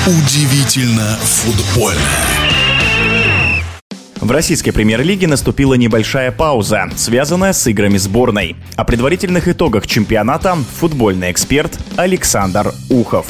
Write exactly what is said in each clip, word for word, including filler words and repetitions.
Удивительно футбольно. В российской премьер-лиге наступила небольшая пауза, связанная с играми сборной. О предварительных итогах чемпионата футбольный эксперт Александр Ухов.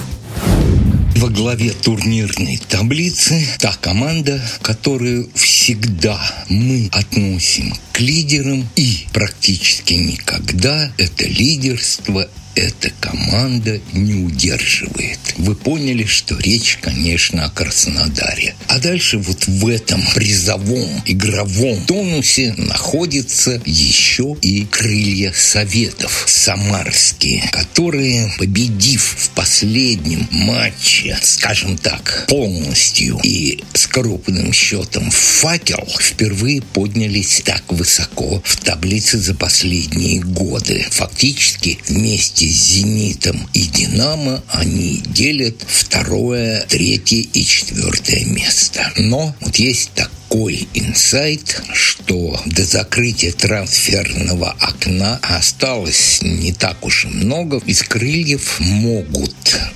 Во главе турнирной таблицы та команда, которую всегда мы относим к лидерам, и практически никогда это лидерство эта команда не удерживает. Вы поняли, что речь, конечно, о Краснодаре. А дальше вот в этом призовом игровом тонусе находятся еще и крылья Советов самарские, которые, победив в последнем матче, скажем так, полностью и с крупным счетом в факел, впервые поднялись так высоко в таблице за последние годы. Фактически вместе с «Зенитом» и «Динамо» они делят второе, третье и четвертое место. Но вот есть такой инсайт, что до закрытия трансферного окна осталось не так уж и много. Из крыльев могут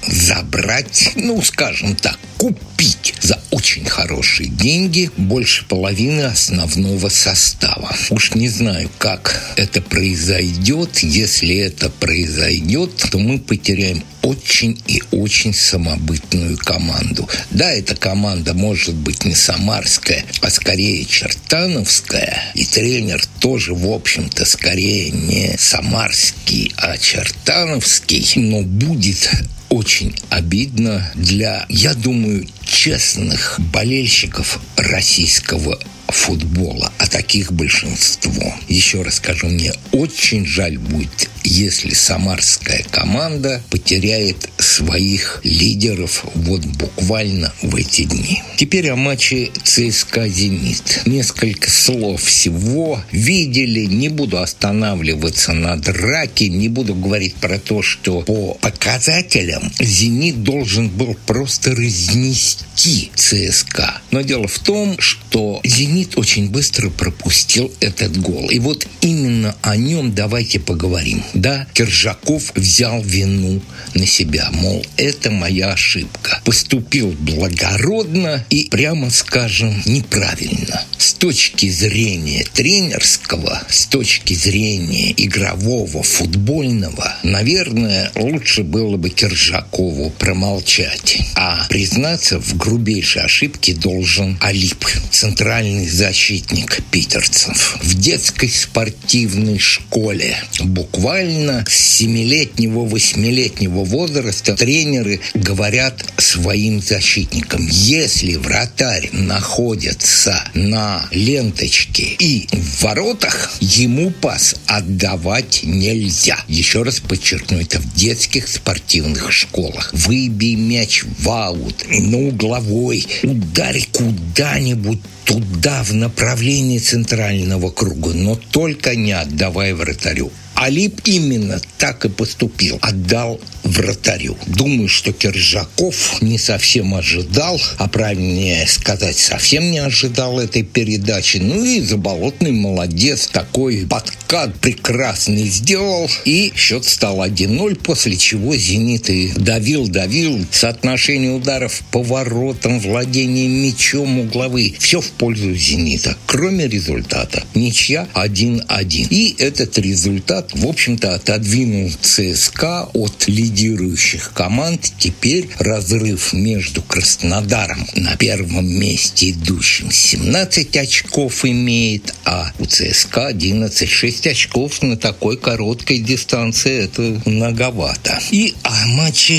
забрать, ну, скажем так, купить за очень хорошие деньги больше половины основного состава. Уж не знаю, как это произойдет. Если это произойдет, то мы потеряем очень и очень самобытную команду. Да, эта команда может быть не самарская, а скорее чертановская. И тренер тоже, в общем-то, скорее не самарский, а чертановский. Но будет очень обидно для, я думаю, честных болельщиков российского футбола, а таких большинство. Еще раз скажу, мне очень жаль будет, если самарская команда потеряет своих лидеров вот буквально в эти дни. Теперь о матче ЦСКА «Зенит». Несколько слов всего. Видели, не буду останавливаться на драке, не буду говорить про то, что по показателям «Зенит» должен был просто разнести ЦСКА. Но дело в том, что «Зенит» очень быстро пропустил этот гол. И вот именно о нем давайте поговорим. Да, Киржаков взял вину на себя, мол, это моя ошибка. Поступил благородно и, прямо скажем, неправильно. С точки зрения тренерского, с точки зрения игрового, футбольного, наверное, лучше было бы Киржакову промолчать. А признаться в грубейшей ошибке должен Алип, центральный защитник питерцев. В детской спортивной школе буквально с семилетнего, восьмилетнего возраста тренеры говорят своим защитникам: если вратарь находится на ленточке и в воротах, ему пас отдавать нельзя. Еще раз подчеркну, это в детских спортивных школах. Выбей мяч в аут, на угловой, ударь куда-нибудь туда, в направлении центрального круга, но только не отдавай вратарю. Алип именно так и поступил. Отдал вратарю. Думаю, что Киржаков не совсем ожидал, а правильнее сказать, совсем не ожидал этой передачи. Ну и Заболотный молодец. Такой подкат прекрасный сделал. И счет стал один ноль, после чего «Зенит» и давил-давил. Соотношение ударов по воротам, владение мячом, угловые. Все в пользу «Зенита». Кроме результата. Ничья один один. И этот результат, в общем-то, отодвинул ЦСКА от лидирующих команд. Теперь разрыв между Краснодаром, на первом месте идущим, семнадцать очков имеет, а у ЦСКА одиннадцать. шесть очков на такой короткой дистанции — это многовато. И о матче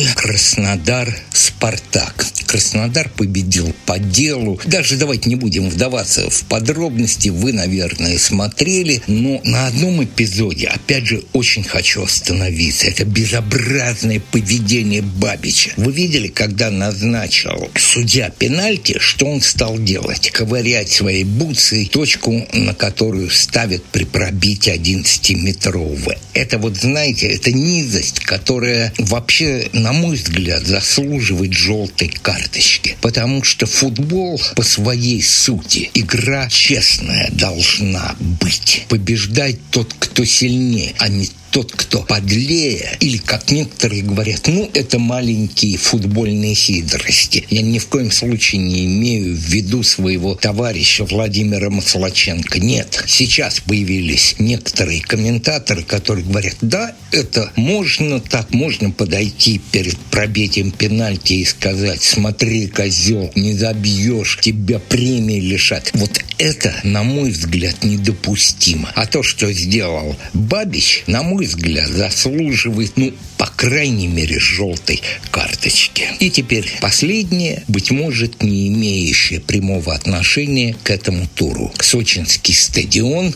Краснодар-Спартак. Краснодар победил по делу. Даже давайте не будем вдаваться в подробности. Вы, наверное, смотрели. Но на одном эпизоде, опять же, очень хочу остановиться. Это безобразное поведение Бабича. Вы видели, когда назначил судья пенальти, что он стал делать? Ковырять своей бутсой точку, на которую ставят при пробитии одиннадцатиметрового. Это вот, знаете, это низость, которая вообще, на мой взгляд, заслуживает желтой карточки. Потому что футбол по своей сути, игра честная должна быть. Побеждает тот, кто сильнее, а не тот, кто подлее, или, как некоторые говорят, ну, это маленькие футбольные хитрости. Я ни в коем случае не имею в виду своего товарища Владимира Маслаченко. Нет, сейчас появились некоторые комментаторы, которые говорят, да, это можно так, можно подойти перед пробитием пенальти и сказать, смотри, козел, не забьешь, тебя премии лишат. Вот это, на мой взгляд, недопустимо. А то, что сделал Бабич, на мой взгляд, заслуживает, ну, по крайней мере, желтой карточки. И теперь последнее, быть может, не имеющее прямого отношения к этому туру. Сочинский стадион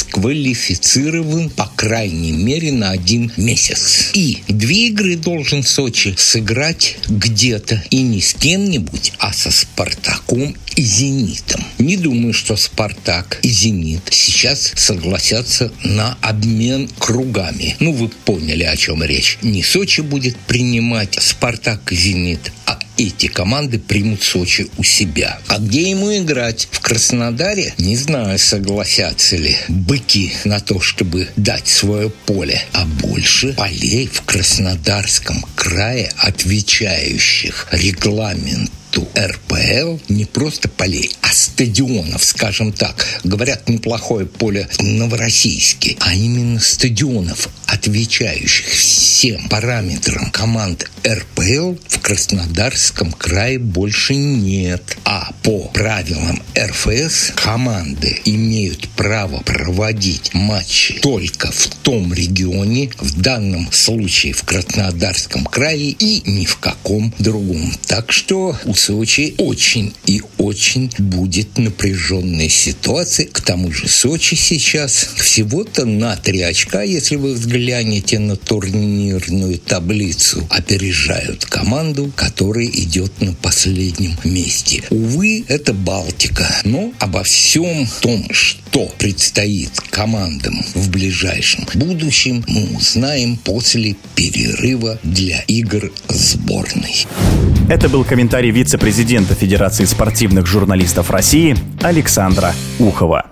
дисквалифицирован, по крайней мере, на один месяц. И две игры должен Сочи сыграть где-то, и не с кем-нибудь, а со «Спартаком» и «Зенитом». Не думаю, что «Спартак» и «Зенит» сейчас согласятся на обмен кругами. Ну, вы поняли, о чем речь. Не Сочи будет принимать «Спартак» и «Зенит», а эти команды примут Сочи у себя. А где ему играть? В Краснодаре? Не знаю, согласятся ли быки на то, чтобы дать свое поле. А больше полей в Краснодарском крае, отвечающих регламенту эр пэ эл, не просто полей, а стадионов, скажем так. Говорят, неплохое поле в Новороссийске, а именно стадионов, отвечающих всем параметрам команд эр пэ эл, в Краснодарском крае больше нет. А по правилам эр эф эс команды имеют право проводить матчи только в том регионе, в данном случае в Краснодарском крае, и ни в каком другом. Так что у Сочи очень и очень будет напряженная ситуация. К тому же Сочи сейчас всего-то на три очка, если вы взглянете на турнирную таблицу, опережают команду, которая идет на последнем месте. Увы, это Балтика. Но обо всем том, что предстоит командам в ближайшем будущем, мы узнаем после перерыва для игр сборной. Это был комментарий вице-президента Федерации спортивных журналистов России Александра Ухова.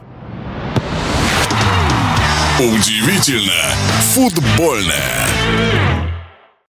Удивительно футбольное.